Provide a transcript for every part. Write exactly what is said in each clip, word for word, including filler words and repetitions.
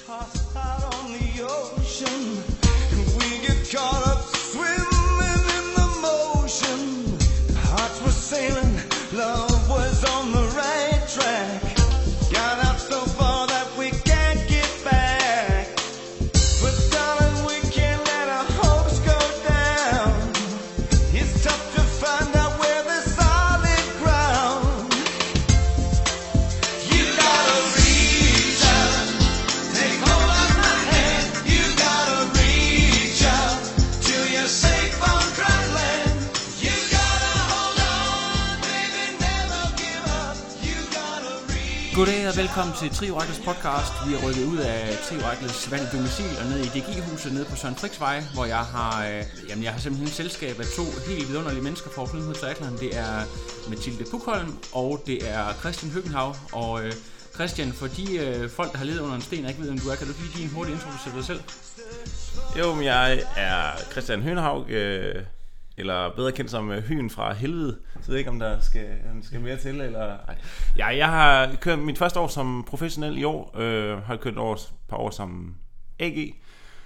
Tossed out on the ocean, we get caught up swimming in the motion. Hearts were sailing, love was on the right track. Got out so far that we can't get back. But darling, we can't let our hopes go down. It's tough to find out where there's solid ground. You gotta reach out, take hold of my hand. You gotta reach out till you're safe on dry land. You gotta hold on, baby, never give up. You gotta reach. Goddag og velkommen til Trio Rekkels podcast. Vi er rykket ud af Trio Rekkels vand domicil og ned i D G-huset nede på Søren Friks Vej, hvor jeg har, øh, jamen jeg har simpelthen selskab af to helt vidunderlige mennesker fra Flynhed Triathlon. Det er Mathilde Pukholm og det er Christian Høgenhav. Og øh, Christian, for de øh, folk, der har levet under en sten og ikke ved, hvem du er, kan du lige give en hurtig introducere dig selv? Jo, men jeg er Christian Høgenhav, øh, eller bedre kendt som øh, Hyen fra Helvede. Jeg ved ikke, om der skal, om der skal mere til, eller... Ej. Ja, jeg har kørt mit første år som professionel i år. Øh, har kørt et år, par år som A G.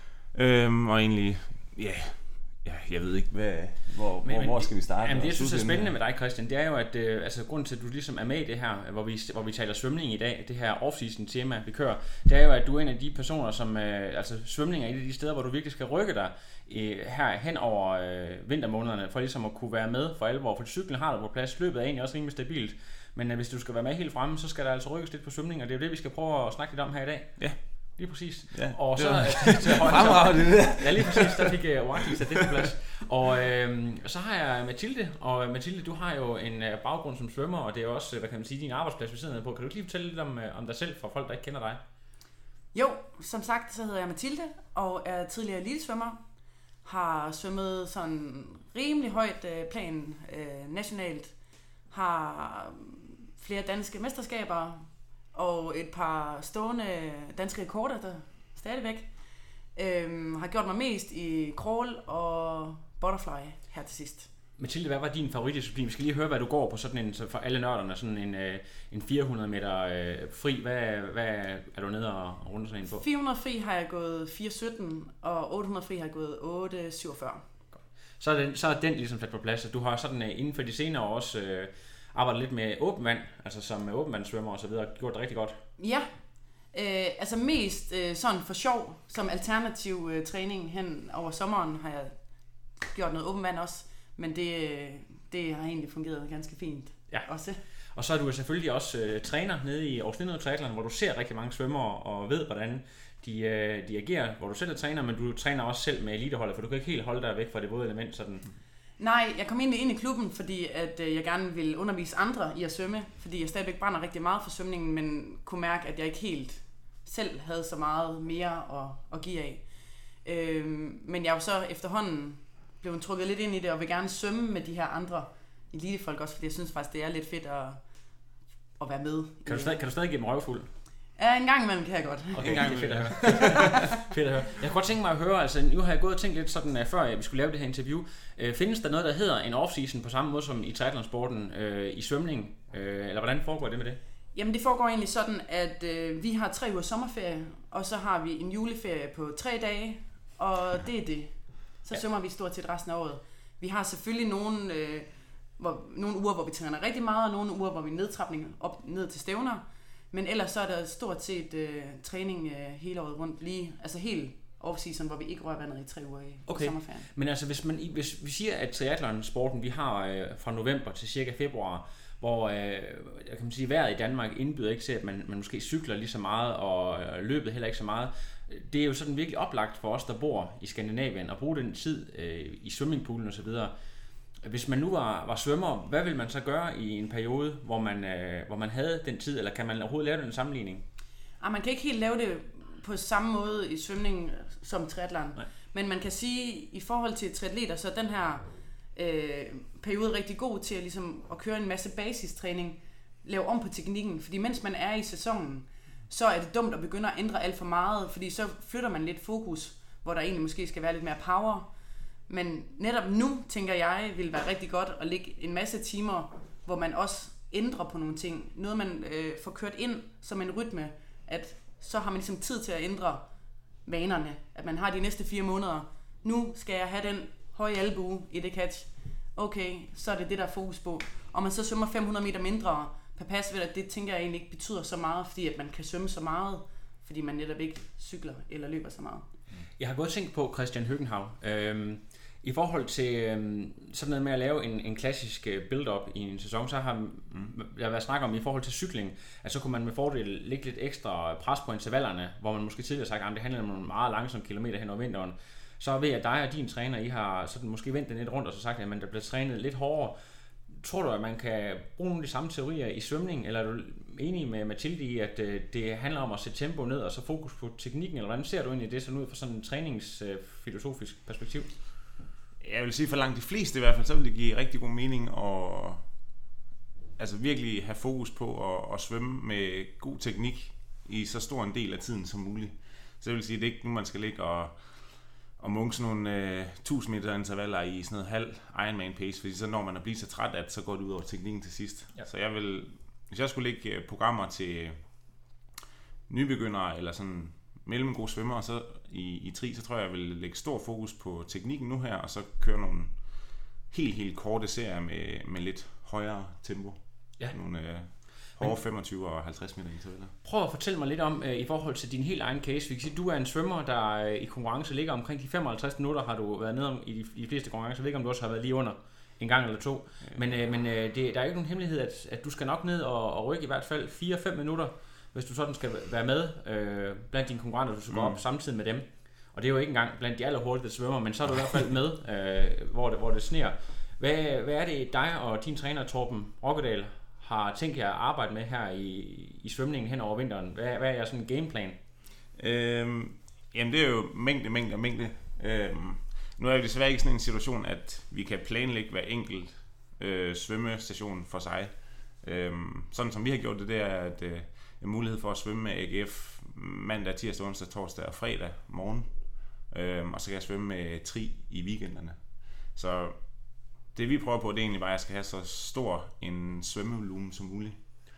Øh, og egentlig, ja... Ja, jeg ved ikke, hvad, hvor, Men, hvor, hvor skal vi starte? Jamen, det, jeg synes er slutte spændende med? med dig, Christian, det er jo, at øh, altså, grunden til, at du ligesom er med i det her, hvor vi, hvor vi taler svømning i dag, det her off-season tema, vi kører, det er jo, at du er en af de personer, som, øh, altså svømning er et af de steder, hvor du virkelig skal rykke dig øh, her hen over øh, vintermånederne, for ligesom at kunne være med for alvor, for cyklen har du på plads, løbet er egentlig også rimelig stabilt, men øh, hvis du skal være med helt fremme, så skal der altså rykkes lidt på svømning, og det er jo det, vi skal prøve at snakke lidt om her i dag. Ja. Lige præcis. Ja, og det så var- til højre, Fremragende, det der. ja, lige præcis, der fik uh, Wacky sat det på plads. Og øh, så har jeg Mathilde, og Mathilde, du har jo en uh, baggrund som svømmer, og det er jo også, hvad kan man sige, din arbejdsplads, vi sidder nede på. Kan du ikke lige fortælle lidt om, uh, om dig selv, for folk, der ikke kender dig? Jo, som sagt, så hedder jeg Mathilde, og er tidligere elitesvømmer. Har svømmet sådan rimelig højt øh, plan øh, nationalt. Har flere danske mesterskaber, og et par stående danske rekorder, der stadigvæk. Øhm, har gjort mig mest i crawl og butterfly her til sidst. Mathilde, hvad var din favoritdisciplin? Vi skal lige høre, hvad du går på sådan en, så for alle nørderne, sådan en, øh, en fire hundrede meter øh, fri. Hvad, hvad er du nede og runde sådan en på? fire hundrede fri har jeg gået fire sytten, og otte hundrede fri har jeg gået otte syvogfyrre. Så er den, så er den ligesom sat på plads, og du har sådan øh, inden for de senere år også øh, arbejdet lidt med åben vand, altså som åbenvandssvømmer og så videre, gjort det rigtig godt. Ja, øh, altså mest øh, sådan for sjov, som alternativ øh, træning hen over sommeren har jeg gjort noget åben vand også, men det, øh, det har egentlig fungeret ganske fint Ja. også. Og så er du jo selvfølgelig også øh, træner nede i Aarhus Flynhed Triathlon, hvor du ser rigtig mange svømmere og ved, hvordan de, øh, de agerer, hvor du selv er træner, men du træner også selv med eliteholdet, for du kan ikke helt holde dig væk fra det våde element. Sådan. Nej, jeg kom egentlig ind i klubben, fordi at, øh, jeg gerne ville undervise andre i at svømme, fordi jeg stadigvæk brænder rigtig meget for svømningen, men kunne mærke, at jeg ikke helt selv havde så meget mere at, at give af. Øh, men jeg er jo så efterhånden blevet trukket lidt ind i det, og vil gerne svømme med de her andre elitefolk også, fordi jeg synes faktisk, det er lidt fedt at, at være med. Kan du stadig, kan du stadig give dem røvfuld? Ja, en gang imellem kan jeg godt. Okay, en gang det er fedt at høre. fedt at høre. Jeg kunne godt tænke mig at høre, altså nu har jeg gået og tænkt lidt sådan, uh, før vi skulle lave det her interview. Uh, findes der noget, der hedder en off-season på samme måde som i triathlonsporten uh, i svømning? Uh, eller hvordan foregår det med det? Jamen det foregår egentlig sådan, at øh, vi har tre uger sommerferie, og så har vi en juleferie på tre dage, og det er det. Så Ja. svømmer vi stort set resten af året. Vi har selvfølgelig nogle, øh, hvor, nogle uger, hvor vi træner rigtig meget, og nogle uger, hvor vi nedtrapning op ned til stævner. Men ellers så er der stort set øh, træning øh, hele året rundt, lige, altså helt off-season, hvor vi ikke rører vandet i tre uger i Okay. sommerferien. Men altså, hvis, man, hvis vi siger, at triathlon-sporten, vi har øh, fra november til cirka februar, hvor øh, jeg kan man sige, vejret i Danmark indbyder ikke til, at man, man måske cykler lige så meget, og øh, løbet heller ikke så meget. Det er jo sådan virkelig oplagt for os, der bor i Skandinavien, at bruge den tid øh, i swimmingpoolen og så videre. Hvis man nu var, var svømmer, hvad vil man så gøre i en periode, hvor man, øh, hvor man havde den tid, eller kan man overhovedet lave den sammenligning? Ah, man kan ikke helt lave det på samme måde i svømning som triathlon. Nej. Men man kan sige, i forhold til triatleter, så er den her øh, periode rigtig god til at, ligesom, at køre en masse basistræning, lave om på teknikken. Fordi mens man er i sæsonen, så er det dumt at begynde at ændre alt for meget, fordi så flytter man lidt fokus, hvor der egentlig måske skal være lidt mere power. Men netop nu, tænker jeg, vil være rigtig godt at lægge en masse timer, hvor man også ændrer på nogle ting. Noget man øh, får kørt ind som en rytme, at så har man ligesom tid til at ændre vanerne. At man har de næste fire måneder. Nu skal jeg have den høje albue i det catch. Okay, så er det det, der er fokus på. Og man så svømmer fem hundrede meter mindre per pas, ved at det tænker jeg egentlig ikke betyder så meget, fordi at man kan svømme så meget, fordi man netop ikke cykler eller løber så meget. Jeg har godt tænkt på, Christian Høgenhav, øhm, i forhold til øhm, sådan noget med at lave en, en klassisk build-up i en sæson, så har mm. jeg været snak om i forhold til cykling, at så kunne man med fordel lægge lidt ekstra pres på intervallerne, hvor man måske tidligere sagt, at det handler om nogle meget langsomme kilometer hen over vinteren. Så ved jeg, at dig og din træner, I har sådan måske vendt det lidt rundt og så sagt, at man der bliver trænet lidt hårdere. Tror du, at man kan bruge nogle af de samme teorier i svømning, eller er du enig med Mathilde i, at det handler om at sætte tempo ned og så fokus på teknikken, eller hvordan ser du egentlig det sådan ud fra sådan en træningsfilosofisk perspektiv? Jeg vil sige, for langt de fleste i hvert fald, så vil det give rigtig god mening at altså virkelig have fokus på at, at svømme med god teknik i så stor en del af tiden som muligt. Så jeg vil sige, at det er ikke nu, man skal ligge og og munke sådan nogle øh, tusind meter intervaller i sådan noget halv Ironman pace, fordi så når man er blevet så træt, at så går det ud over teknikken til sidst. Ja. Så jeg vil, hvis jeg skulle lægge programmer til nybegyndere eller sådan mellemgode svømmere så i, i tri, så tror jeg, jeg vil lægge stor fokus på teknikken nu her, og så køre nogle helt, helt korte serier med, med lidt højere tempo. Ja. Nogle øh, hårde femogtyve og halvtreds meter intervaller. Prøv at fortælle mig lidt om, øh, i forhold til din helt egen case. Vi kan sige, du er en svømmer, der øh, i konkurrence ligger omkring de femoghalvtreds minutter, har du været nede om i de, i de fleste konkurrencer. Jeg ved ikke, om du også har været lige under en gang eller to. Ja. Men, øh, men øh, det, der er ikke nogen hemmelighed, at, at du skal nok ned og, og rykke i hvert fald fire til fem minutter, hvis du sådan skal være med øh, blandt dine konkurrenter, du skal mm. gå op samtidig med dem. Og det er jo ikke engang blandt de allerhurtigste svømmer, men så er du i hvert fald med, øh, hvor, det, hvor det sner. Hvad, hvad er det dig og din træner, Torben Rokkedal, har tænkt jer at arbejde med her i, i svømningen hen over vinteren? Hvad, hvad er jeres sådan gameplan? Øhm, jamen det er jo mængde, mængde og mængde. Øhm, nu er vi desværre ikke sådan en situation, at vi kan planlægge hver enkelt øh, svømmestation for sig. Øhm, sådan som vi har gjort det, det er, at øh, en mulighed for at svømme med A G F mandag, tirsdag, onsdag, torsdag og fredag morgen. Øhm, og så kan jeg svømme med tri i weekenderne. Så det vi prøver på, det er egentlig bare, at jeg skal have så stor en svømmevolumen som muligt.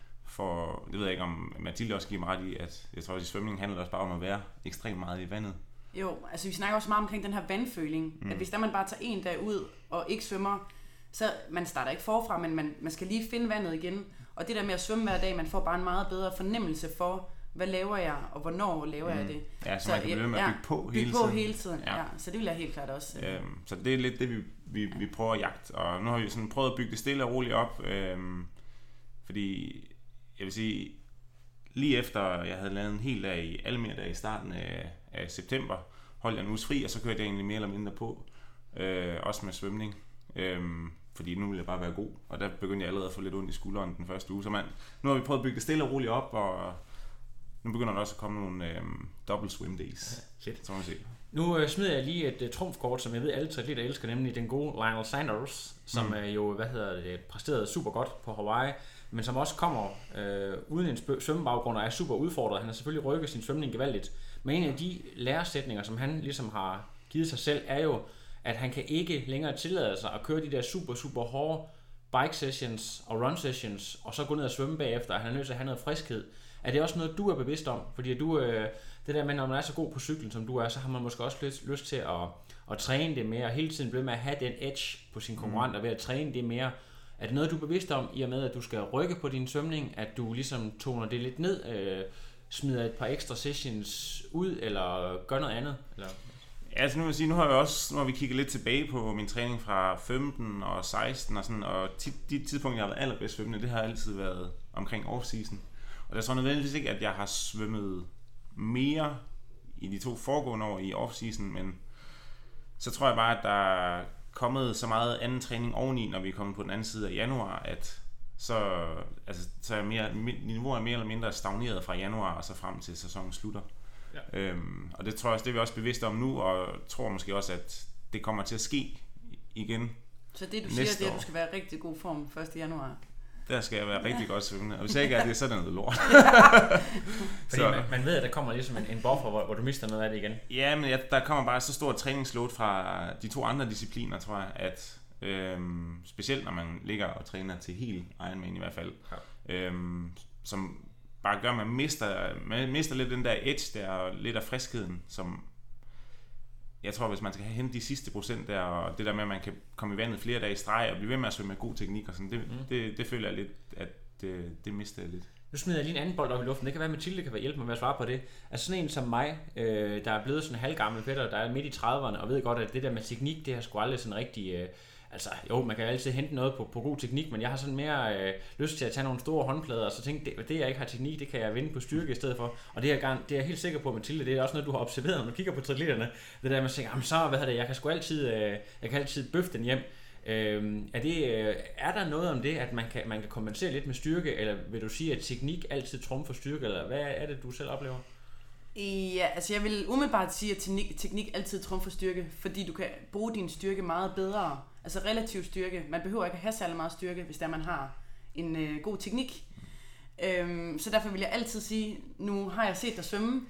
For det ved jeg ikke, om Mathilde også giver mig ret i, at jeg tror, at i svømningen handler det også bare om at være ekstremt meget i vandet. Jo, altså vi snakker også meget omkring den her vandføling. Mm. At hvis der man bare tager en dag ud og ikke svømmer, så man starter ikke forfra, men man, man skal lige finde vandet igen. Og det der med at svømme hver dag, man får bare en meget bedre fornemmelse for, hvad laver jeg, og hvornår laver mm. jeg det. Ja, så, så man kan blive med at bygge ja, på bygge hele på tiden. hele tiden. Ja. Ja, så det vil jeg helt klart også. Øhm, så det er lidt det, vi, vi, ja. vi prøver at jagte. Og nu har vi sådan prøvet at bygge det stille og roligt op. Øhm, fordi, jeg vil sige, lige efter jeg havde lavet en hel dag i Almere, der i starten af, af september, holdt jeg en uges fri, og så kørte jeg egentlig mere eller mindre på. Øh, også med svømning. Øhm, fordi nu ville jeg bare være god. Og der begyndte jeg allerede at få lidt ondt i skulderen den første uge. Så man, nu har vi prøvet at bygge det stille og roligt op, og nu begynder der også at komme nogle øhm, double swim days. Ja, shit. Så må vi se. Nu øh, smider jeg lige et uh, trumfkort, som jeg ved alle triatleter elsker, nemlig den gode Lionel Sanders, som mm. øh, jo, hvad hedder det, præsterede super godt på Hawaii, men som også kommer øh, uden en spø- svømmebaggrund og er super udfordret. Han har selvfølgelig rykket sin svømning gevaldigt. Men en af de læresætninger, som han ligesom har givet sig selv, er jo, at han kan ikke længere tillade sig at køre de der super, super hårde bike sessions og run sessions, og så gå ned og svømme bagefter, og han er nødt til at have noget friskhed. Er det også noget, du er bevidst om? Fordi du, øh, det der med, når man er så god på cyklen, som du er, så har man måske også lyst, lyst til at, at træne det mere, og hele tiden blive med at have den edge på sine konkurrenter mm. ved at træne det mere. Er det noget, du er bevidst om, i og med, at du skal rykke på din svømning, at du ligesom toner det lidt ned, øh, smider et par ekstra sessions ud, eller gør noget andet? Eller? Ja, altså nu vil jeg sige, nu har jeg også, nu har vi kigget lidt tilbage på min træning fra femten og seksten og sådan, og de, de tidspunkter, jeg har været allerbedst svømmende, det har altid været omkring off-season. Og der er så nødvendigvis ikke, at jeg har svømmet mere i de to foregående år i off-season, men så tror jeg bare, at der er kommet så meget anden træning oveni, når vi er kommet på den anden side af januar, at så, altså, så er mere, niveauet er mere eller mindre stagneret fra januar og så frem til sæsonen slutter. Ja. Øhm, og det tror jeg også, det er vi også bevidste om nu, og tror måske også, at det kommer til at ske igen. Så det du siger, det er, at du skal være i rigtig god form første januar? Der skal jeg være rigtig godt svømmende, og hvis jeg ikke er det, så er det noget lort. Fordi man, man ved, at der kommer ligesom en, en buffer, hvor, hvor du mister noget af det igen. Ja, men ja, der kommer bare så stor træningsload fra de to andre discipliner, tror jeg, at øhm, specielt når man ligger og træner til helt Ironman i hvert fald, ja. øhm, som bare gør, at man mister, man mister lidt den der edge der, og lidt af friskheden, som jeg tror, hvis man skal have hentet de sidste procent der, og det der med, at man kan komme i vandet flere dage i streg, og blive ved med at svømme med god teknik og sådan, det, mm. det, det føler jeg lidt, at det, det mister jeg lidt. Nu smider jeg lige en anden bold op i luften. Det kan være, at Mathilde kan hjælpe mig med at svare på det. Altså sådan en som mig, øh, der er blevet sådan en halvgammel fætter, der er midt i trediverne, og ved godt, at det der med teknik, det har sgu aldrig sådan rigtig... Øh, altså jo, man kan altid hente noget på, på god teknik, men jeg har sådan mere øh, lyst til at tage nogle store håndplader, og så tænke, det, det jeg ikke har teknik, det kan jeg vinde på styrke i stedet for. Og det er, jeg, det er jeg helt sikker på, Mathilde, det er også noget, du har observeret, når du kigger på triatleterne. Det der med at tænke, jamen så, hvad er det, jeg kan sgu altid, øh, jeg kan altid bøffe den hjem. Øh, er, det, øh, er der noget om det, at man kan, man kan kompensere lidt med styrke, eller vil du sige, at teknik altid trumfer styrke, eller hvad er det, du selv oplever? Ja, altså jeg vil umiddelbart sige, at teknik, teknik altid trumfer styrke, fordi du kan bruge din styrke meget bedre. Altså relativ styrke. Man behøver ikke at have særlig meget styrke, hvis der man har en øh, god teknik. Øhm, så derfor vil jeg altid sige, nu har jeg set dig svømme,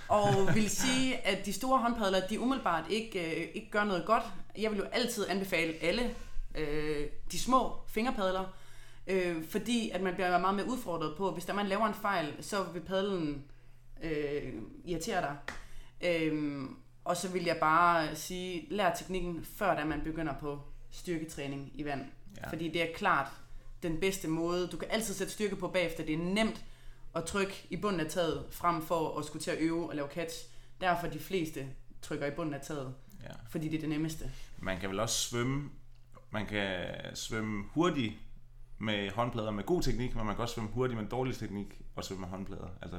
og vil sige, at de store håndpadler, de umiddelbart ikke, øh, ikke gør noget godt. Jeg vil jo altid anbefale alle øh, de små fingerpadler, øh, fordi at man bliver meget mere udfordret på, hvis der man laver en fejl, så vil padlen øh, irritere dig. Øh, og så vil jeg bare sige, lær teknikken, før da man begynder på styrketræning i vand. Ja. Fordi det er klart den bedste måde. Du kan altid sætte styrke på bagefter. Det er nemt at trykke i bunden af taget, frem for at skulle til at øve og lave catch. Derfor de fleste trykker i bunden af taget. Ja. Fordi det er det nemmeste. Man kan vel også svømme, man kan svømme hurtigt med håndplader med god teknik, men man kan også svømme hurtigt med dårlig teknik og svømme med håndplader. Altså,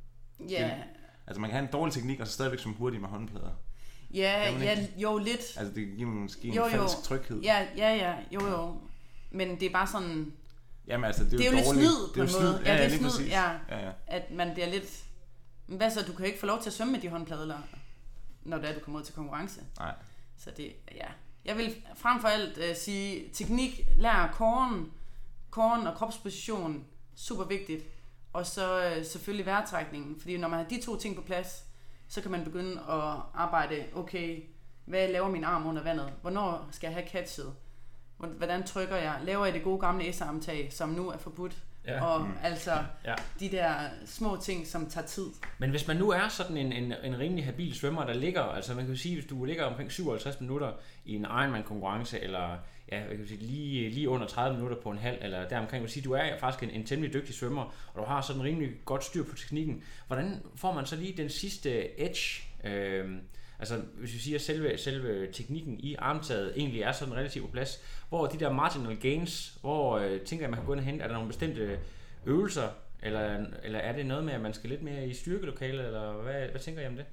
ja. Det, altså man kan have en dårlig teknik og så stadigvæk svømme hurtigt med håndplader. Ja, ja, jo lidt. Altså det giver måske en jo, jo. falsk tryghed. Ja, ja, ja, jo, jo. Men det er bare sådan... Jamen altså, det er, det er jo, jo dårligt. lidt snyd på en måde. Ja, ja, ja, det er snyd, ja, ja, ja. At man bliver lidt... Hvad så, du kan jo ikke få lov til at svømme med de håndplader, når det er, du kommer ud til konkurrence. Nej. Så det, ja. Jeg vil frem for alt uh, sige, teknik, lær kåren, kåren og kropsposition, super vigtigt. Og så uh, selvfølgelig vejrtrækningen, fordi når man har de to ting på plads, så kan man begynde at arbejde, okay, hvad laver min arm under vandet? Hvornår skal jeg have catchet? Hvordan trykker jeg? Laver jeg det gode gamle S-armtag, som nu er forbudt? Ja. Og mm. altså ja. De der små ting, som tager tid. Men hvis man nu er sådan en, en, en rimelig habil svømmer, der ligger, altså man kan jo sige, hvis du ligger omkring syvoghalvtreds minutter i en Ironman-konkurrence, eller ja, jeg kan sige, lige, lige under tredive minutter på en halv, eller deromkring, kan du sige, du er faktisk en, en temmelig dygtig svømmer, og du har sådan rimelig godt styr på teknikken. Hvordan får man så lige den sidste edge? Øh, Altså, hvis vi siger, at selve, selve teknikken i armtaget egentlig er sådan relativt på plads, hvor de der marginal gains, hvor øh, tænker jeg, man kan gå ind og hente, er der nogle bestemte øvelser, eller, eller er det noget med, at man skal lidt mere i styrkelokalet, eller hvad, hvad tænker I om det?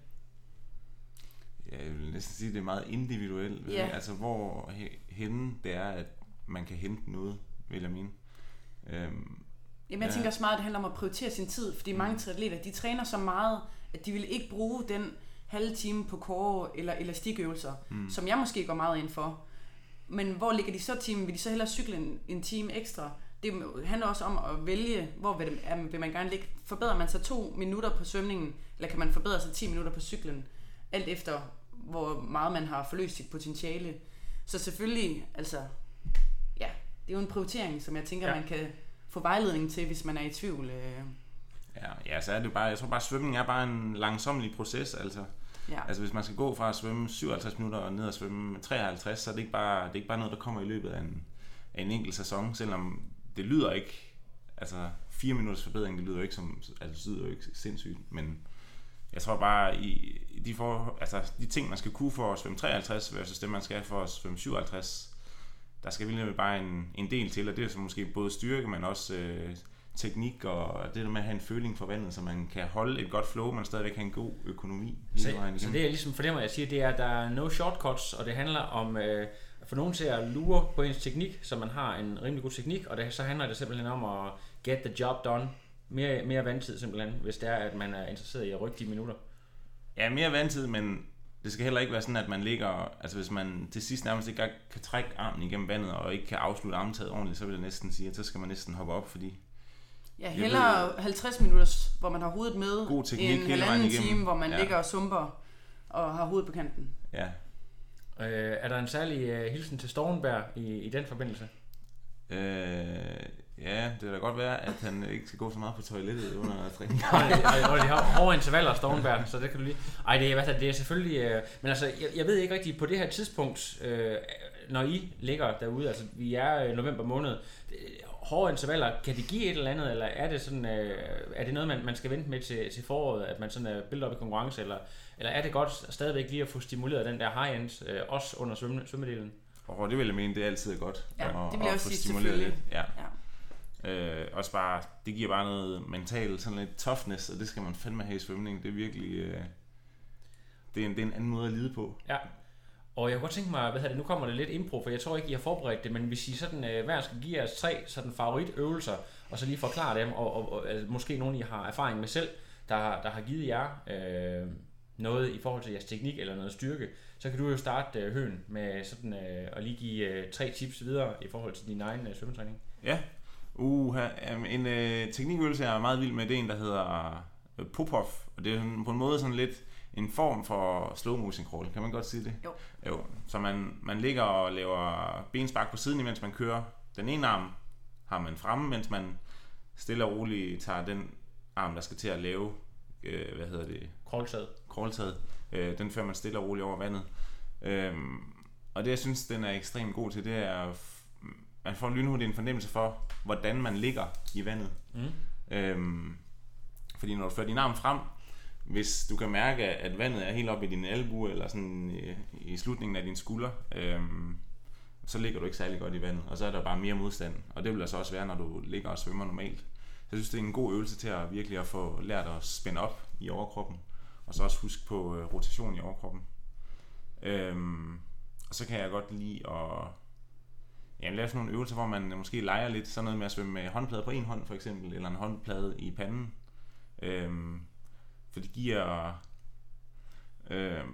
Jeg vil næsten sige, at det er meget individuelt, yeah. Altså hvor henne det er, at man kan hente noget, vil jeg mene. Øhm, Jamen jeg ja. tænker også meget, at det handler om at prioritere sin tid, fordi mange triatleter, de træner så meget, at de vil ikke bruge den halve time på core eller elastikøvelser, mm. som jeg måske går meget ind for. Men hvor ligger de så timen? Vil de så hellere cykle en, en time ekstra? Det handler også om at vælge, hvor vil, vil man gerne ligge. Forbedrer man sig to minutter på svømningen, eller kan man forbedre sig ti minutter på cyklen, alt efter hvor meget man har forløst sit potentiale. Så selvfølgelig, altså, ja, det er jo en prioritering, som jeg tænker, ja. man kan få vejledning til, hvis man er i tvivl. Ja, ja, så er det bare, jeg tror bare, at svømning er bare en langsomlig proces, altså. Ja. Altså hvis man skal gå fra at svømme syvoghalvtreds minutter og ned og svømme treoghalvtreds, så er det ikke bare, det er ikke bare noget, der kommer i løbet af en, af en enkelt sæson, selvom det lyder ikke, altså fire minutters forbedring, det lyder ikke som, altså det lyder jo ikke sindssygt, men jeg tror bare, i, i de, for, altså, de ting, man skal kunne for at svømme treoghalvtreds versus det, man skal for at svømme syvoghalvtreds, der skal virkelig bare en, en del til, og det er så måske både styrke, men også øh, teknik og det der med at have en føling for vandet, så man kan holde et godt flow, men stadigvæk have en god økonomi. Så, så det er ligesom for det, jeg siger, det er, at der er no shortcuts, og det handler om øh, at få nogen til at lure på ens teknik, så man har en rimelig god teknik, og det, så handler det simpelthen om at get the job done. Mere, mere vandtid simpelthen, hvis det er, at man er interesseret i at rykke de minutter. Ja, mere vandtid, men det skal heller ikke være sådan, at man ligger, altså hvis man til sidst nærmest ikke kan trække armen igennem vandet, og ikke kan afslutte armtaget ordentligt, så vil jeg næsten sige, at så skal man næsten hoppe op, fordi ja, hellere halvtreds minutter, hvor man har hovedet med, god teknik, en halvanden time, hvor man ja. ligger og sumper og har hovedet på kanten. Ja. Øh, er der en særlig uh, hilsen til Stornberg i, i den forbindelse? Øh, Ja, det kan da godt være, at han ikke skal gå så meget på toilettet under træning. Og de har hårde intervaller, Stoneberg, så det kan du lige... Ej, det er, hvad det er selvfølgelig... Øh, men altså, jeg, jeg ved ikke rigtigt, på det her tidspunkt, øh, når I ligger derude, altså vi er i november måned, hårde intervaller, kan det give et eller andet, eller er det sådan, øh, er det noget, man, man skal vente med til, til foråret, at man sådan er builder op i konkurrence, eller, eller er det godt stadigvæk lige at få stimuleret den der high-end, øh, også under svømme, svømmedelen? Og det vil jeg mene, det er altid godt. Ja, at, det vil jeg også få sige, stimuleret lidt. Ja. Ja. Øh, også bare, det giver bare noget mentalt, sådan lidt toughness, og det skal man fandme have i svømning. Det er virkelig, øh, det, er en, det er en anden måde at lide på. Ja. Og jeg kunne godt tænke mig, hvad det, nu kommer det lidt impro, for jeg tror ikke, I har forberedt det, men hvis I sådan, øh, hver skal give jeres tre sådan favoritøvelser, og så lige forklare dem, og, og, og altså, måske nogen, I har erfaring med selv, der, der har givet jer øh, noget i forhold til jeres teknik eller noget styrke, så kan du jo starte øh, Høen med sådan, øh, at lige give øh, tre tips videre i forhold til din egen øh, svømmetræning. Ja. Uh, en øh, teknikøvelse, jeg er meget vild med, det er en, der hedder øh, Popov, og det er på en måde sådan lidt en form for slow motion crawl, kan man godt sige det? Jo. Jo. Så man, man ligger og laver benspark på siden, mens man kører. Den ene arm har man fremme, mens man stille og roligt tager den arm, der skal til at lave, øh, hvad hedder det? Crawltaget. Crawltaget. Øh, den fører man stille og roligt over vandet. Øhm, og det, jeg synes, den er ekstremt god til, det er, man får lynhurtigt en fornemmelse for, hvordan man ligger i vandet. Mm. Øhm, fordi når du fører din arm frem, hvis du kan mærke, at vandet er helt oppe i din albue, eller sådan i, i slutningen af din skulder, øhm, så ligger du ikke særlig godt i vandet, og så er der bare mere modstand. Og det vil der så også være, når du ligger og svømmer normalt. Så jeg synes, det er en god øvelse til at virkelig at få lært at spænde op i overkroppen, og så også huske på øh, rotation i overkroppen. Øhm, og så kan jeg godt lide at ja, lave sådan nogle øvelser, hvor man måske leger lidt, sådan noget med at svømme med håndplade på en hånd for eksempel, eller en håndplade i panden. Øhm, for det giver øh,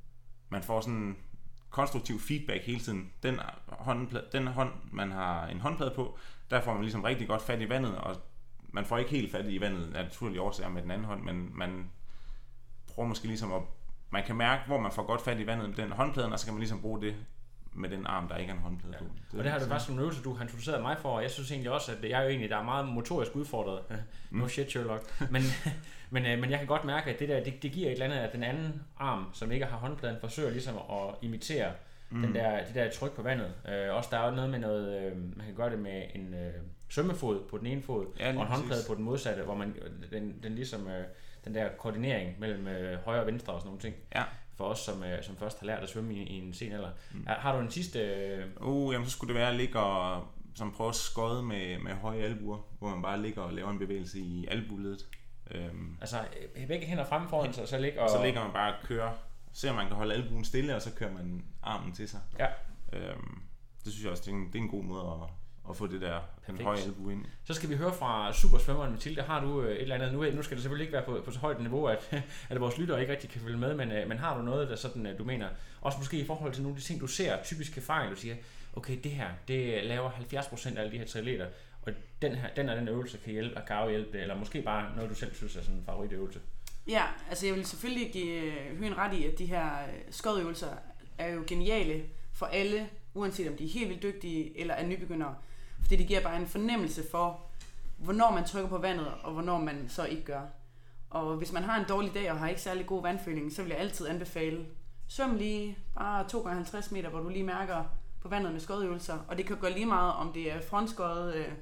man får sådan konstruktiv feedback hele tiden. Den håndplade, den hånd man har en håndplade på, der får man ligesom rigtig godt fat i vandet, og man får ikke helt fat i vandet af naturlige årsager med den anden hånd, men man prøver måske ligesom at man kan mærke, hvor man får godt fat i vandet med den håndplade, og så kan man ligesom bruge det med den arm, der ikke er en håndplade på. Ja. Det og det har du faktisk en øvelse, du har introduceret mig for, og jeg synes egentlig også, at jeg er jo egentlig, der er meget motorisk udfordret. No shit, Sherlock. Men, men, men jeg kan godt mærke, at det der, det, det giver et eller andet, at den anden arm, som ikke har håndpladen, forsøger ligesom at imitere mm. den der, det der tryk på vandet. Øh, også der er jo noget med noget, øh, man kan gøre det med en øh, svømmefod på den ene fod, ja, og en håndplade præcis. På den modsatte, hvor man, den, den ligesom, øh, den der koordinering mellem øh, højre og venstre og sådan nogle ting. Ja. For os, som, øh, som først har lært at svømme i, i en sen alder. Mm. Har du en sidste... Øh... Uh, jamen så skulle det være at ligge og som prøve at skøde med, med høje albuer, hvor man bare ligger og laver en bevægelse i albuledet. Øhm. Altså begge hænder frem foran sig, så ligger og... Så ligger man bare og kører, ser om man kan holde albuen stille, og så kører man armen til sig. Ja. Øhm, det synes jeg også, det er en, det er en god måde at, at få det der den høje albue ind. Så skal vi høre fra supersvømmeren Mathilde. Har du et eller andet, nu, nu skal det selvfølgelig ikke være på, på så højt niveau, at, at vores lyttere ikke rigtig kan følge med, men, men har du noget, der sådan, du mener, også måske i forhold til nogle af de ting, du ser, typiske fejl, du siger, okay, det her, det laver halvfjerds procent af alle de her triatleter, og den her, den og den øvelse kan hjælpe, og kan afhjælpe det, eller måske bare noget, du selv synes er sådan en favoritøvelse. Ja, altså jeg vil selvfølgelig give Høen ret i, at de her skodøvelser er jo geniale for alle, uanset om de er helt vildt dygtige eller er nybegyndere. Fordi det giver bare en fornemmelse for, hvornår man trykker på vandet, og hvornår man så ikke gør. Og hvis man har en dårlig dag og har ikke særlig god vandføling, så vil jeg altid anbefale, svøm lige bare to gange halvtreds meter, hvor du lige mærker på vandet med skodøvelser. Og det kan gå lige meget, om det er frontskod, øh,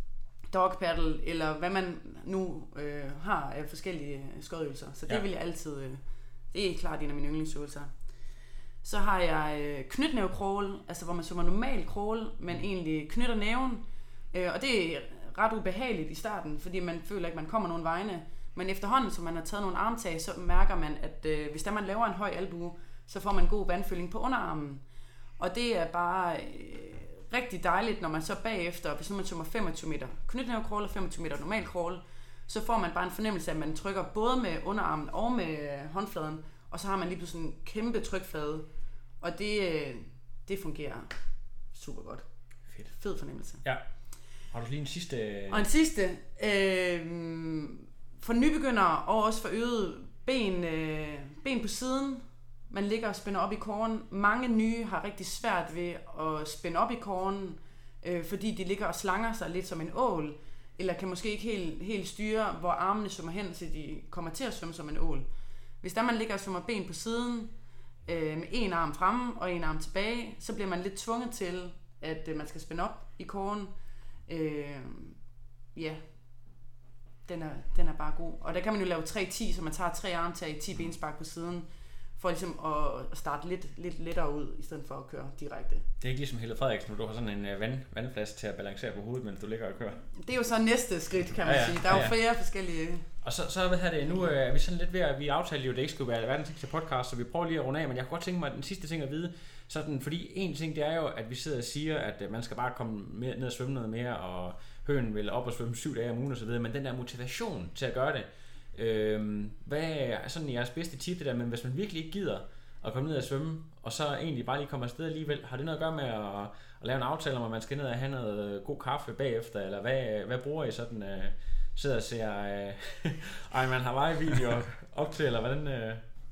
dog paddle, eller hvad man nu øh, har af forskellige skodøvelser. Så det ja. vil jeg altid, øh, det er klart en af mine yndlingsøvelser. Så har jeg øh, knytnæve-crawl, altså hvor man svømmer normal crawl, men egentlig knytter næven. Øh, og det er ret ubehageligt i starten, fordi man føler ikke, man kommer nogen vegne. Men efterhånden, som man har taget nogle armtag, så mærker man, at øh, hvis der man laver en høj albue, så får man god vandfyldning på underarmen. Og det er bare øh, rigtig dejligt, når man så bagefter, hvis nu man svømmer femogtyve meter knytnæve-crawl og femogtyve meter normal crawl, så får man bare en fornemmelse af, at man trykker både med underarmen og med håndfladen, og så har man lige pludselig en kæmpe trykflade, og det, det fungerer super godt. Fedt. Fed fornemmelse. Ja. Har du lige en sidste? Og en sidste, øh, for nybegyndere og også for øget ben, øh, ben på siden. Man ligger og spænder op i kåren. Mange nye har rigtig svært ved at spænde op i kåren, øh, fordi de ligger og slanger sig lidt som en ål, eller kan måske ikke helt, helt styre, hvor armene svømmer hen, så de kommer til at svømme som en ål. Hvis der man ligger og svømmer ben på siden, øh, med en arm fremme og en arm tilbage, så bliver man lidt tvunget til, at øh, man skal spænde op i kåren. Øh, ja, den er, den er bare god. Og der kan man jo lave tre ti, så man tager tre armtag i ti benspark på siden, for ligesom at starte lidt, lidt lettere ud, i stedet for at køre direkte. Det er ikke ligesom Helle Frederiksen, når du har sådan en vand, vandflaske til at balancere på hovedet, mens du ligger og kører. Det er jo så næste skridt, kan man ja, ja. sige. Der er jo ja, ja. flere forskellige... Og så, så hvad her det, nu er vi sådan lidt ved at, vi aftalte jo, at det ikke skulle være verdens sidste podcast, så vi prøver lige at runde af, men jeg kunne godt tænke mig, at den sidste ting at vide, sådan, fordi en ting det er jo, at vi sidder og siger, at man skal bare komme mere, ned og svømme noget mere, og hønen vil op og svømme syv dage om ugen og så videre, men den der motivation til at gøre det, øh, hvad er sådan jeres bedste tip det der, men hvis man virkelig ikke gider at komme ned og svømme, og så egentlig bare lige komme afsted alligevel, har det noget at gøre med at, at lave en aftale om, at man skal ned og have noget god kaffe bagefter, eller hvad, hvad bruger I sådan, uh, sidder og ser uh, Ironman Hawaii-videoer op til, eller hvordan... Uh...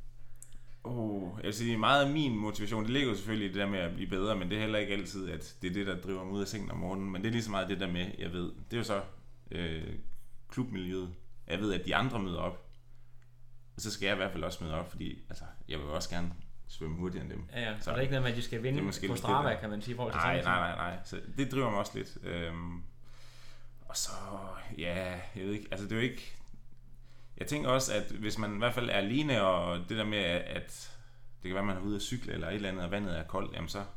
Oh, jeg vil sige, meget af min motivation, det ligger jo selvfølgelig i det der med at blive bedre, men det er heller ikke altid, at det er det, der driver mig ud af sengen om morgenen, men det er lige så meget det der med, jeg ved, det er jo så øh, klubmiljøet. Jeg ved, at de andre møder op, og så skal jeg i hvert fald også møde op, fordi altså, jeg vil også gerne svømme hurtigere end dem. Ja, ja. Så og det er ikke noget med, at de skal vinde på Strava, kan man sige, i forhold til nej, nej, nej, nej. Så det driver mig også lidt. Øhm, og så, ja, jeg ved ikke, altså det er jo ikke... Jeg tænker også, at hvis man i hvert fald er alene, og det der med, at det kan være, at man er ude at cykle, eller et eller andet, og vandet er koldt, jamen så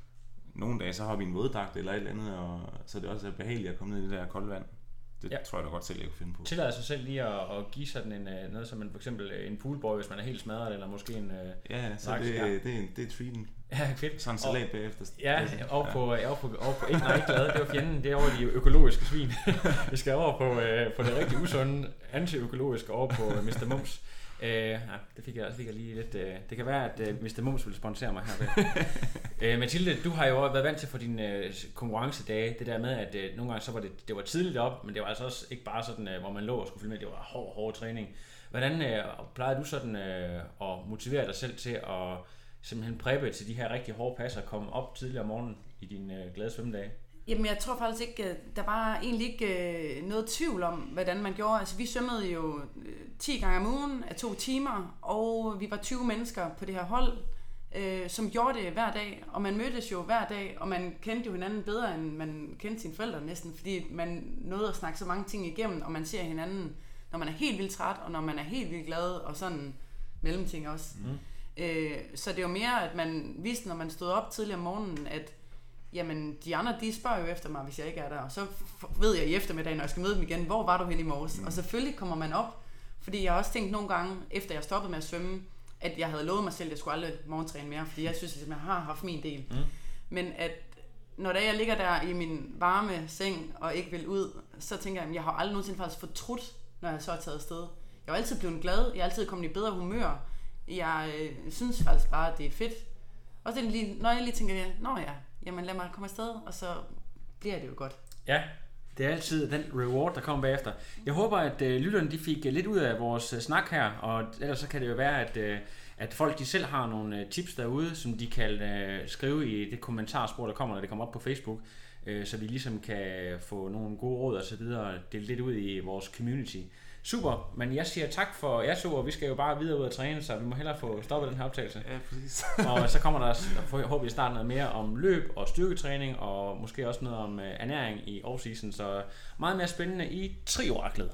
nogle dage, så har vi en våddragt eller et eller andet, og så er det også behageligt at komme ned i det der kolde vand. Det ja. tror jeg da godt selv, jeg kunne finde på. Tillader sig selv lige at, at give sådan en, noget som en, for eksempel en poolboy, hvis man er helt smadret, eller måske en... Ja, så det, ja. det, det, det er treaten. Ja, fedt. Sådan en salat og, bagefter. Ja, og på, ja. på, på, på ikke, nej, ikke glad, det var fjenden, det er over de økologiske svin. Vi skal over på, på det rigtig usunde, anti-økologiske over på mister Mums. Uh, ja, det fik jeg, det fik jeg lige lidt... Uh, det kan være, at uh, mister Mums vil sponsere mig her. uh, Mathilde, du har jo været vant til for dine uh, konkurrencedage, det der med, at uh, nogle gange så var det, det var tidligt op, men det var altså også ikke bare sådan, uh, hvor man lå og skulle følge med, det var hård, hård træning. Hvordan uh, plejede du sådan uh, at motivere dig selv til at simpelthen preppe til de her rigtig hårde passer, komme op tidligere om morgenen i din uh, glade svømmedage? Jamen, jeg tror faktisk ikke, der var egentlig ikke noget tvivl om, hvordan man gjorde. Altså, vi svømmede jo ti gange om ugen af to timer, og vi var tyve mennesker på det her hold, øh, som gjorde det hver dag, og man mødtes jo hver dag, og man kendte jo hinanden bedre, end man kendte sine forældre næsten, fordi man nåede at snakke så mange ting igennem, og man ser hinanden, når man er helt vildt træt, og når man er helt vildt glad, og sådan mellemting også. Mm. Øh, så det er jo mere, at man vidste, når man stod op tidligere om morgenen, at jamen, de andre, de spørger jo efter mig, hvis jeg ikke er der, og så ved jeg i eftermiddag, når jeg skal møde dem igen, hvor var du hen i morges? Mm. Og selvfølgelig kommer man op, fordi jeg har også tænkt nogle gange, efter jeg stoppede med at svømme, at jeg havde lovet mig selv, at jeg skulle aldrig morgentræne mere, fordi jeg synes, at jeg har haft min del. Mm. Men at når jeg ligger der i min varme seng og ikke vil ud, så tænker jeg, at jeg har aldrig nogensinde faktisk fortrudt, når jeg så er taget afsted. Jeg er altid blevet glad, jeg er altid kommet i bedre humør. Jeg øh, synes faktisk bare, at det er fedt. Og så lige, når jeg lige tænker, nå ja, jamen lad mig komme afsted, og så bliver det jo godt. Ja, det er altid den reward, der kommer bagefter. Jeg håber, at øh, lytterne de fik lidt ud af vores øh, snak her, og ellers så kan det jo være, at, øh, at folk de selv har nogle øh, tips derude, som de kan øh, skrive i det kommentarspor, der kommer, når det kommer op på Facebook, øh, så vi ligesom kan få nogle gode råd og så videre, dele lidt ud i vores community. Super, men jeg siger tak for jer to, og vi skal jo bare videre ud og træne, så vi må hellere få stoppet den her optagelse. Ja, præcis. Og så kommer der, håber vi snart noget mere om løb og styrketræning, og måske også noget om ernæring i off-season, så meget mere spændende i Tri-oraklet.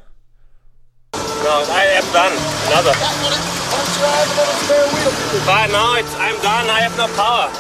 No, I am done. Another. But now it's, I'm done, I have no power.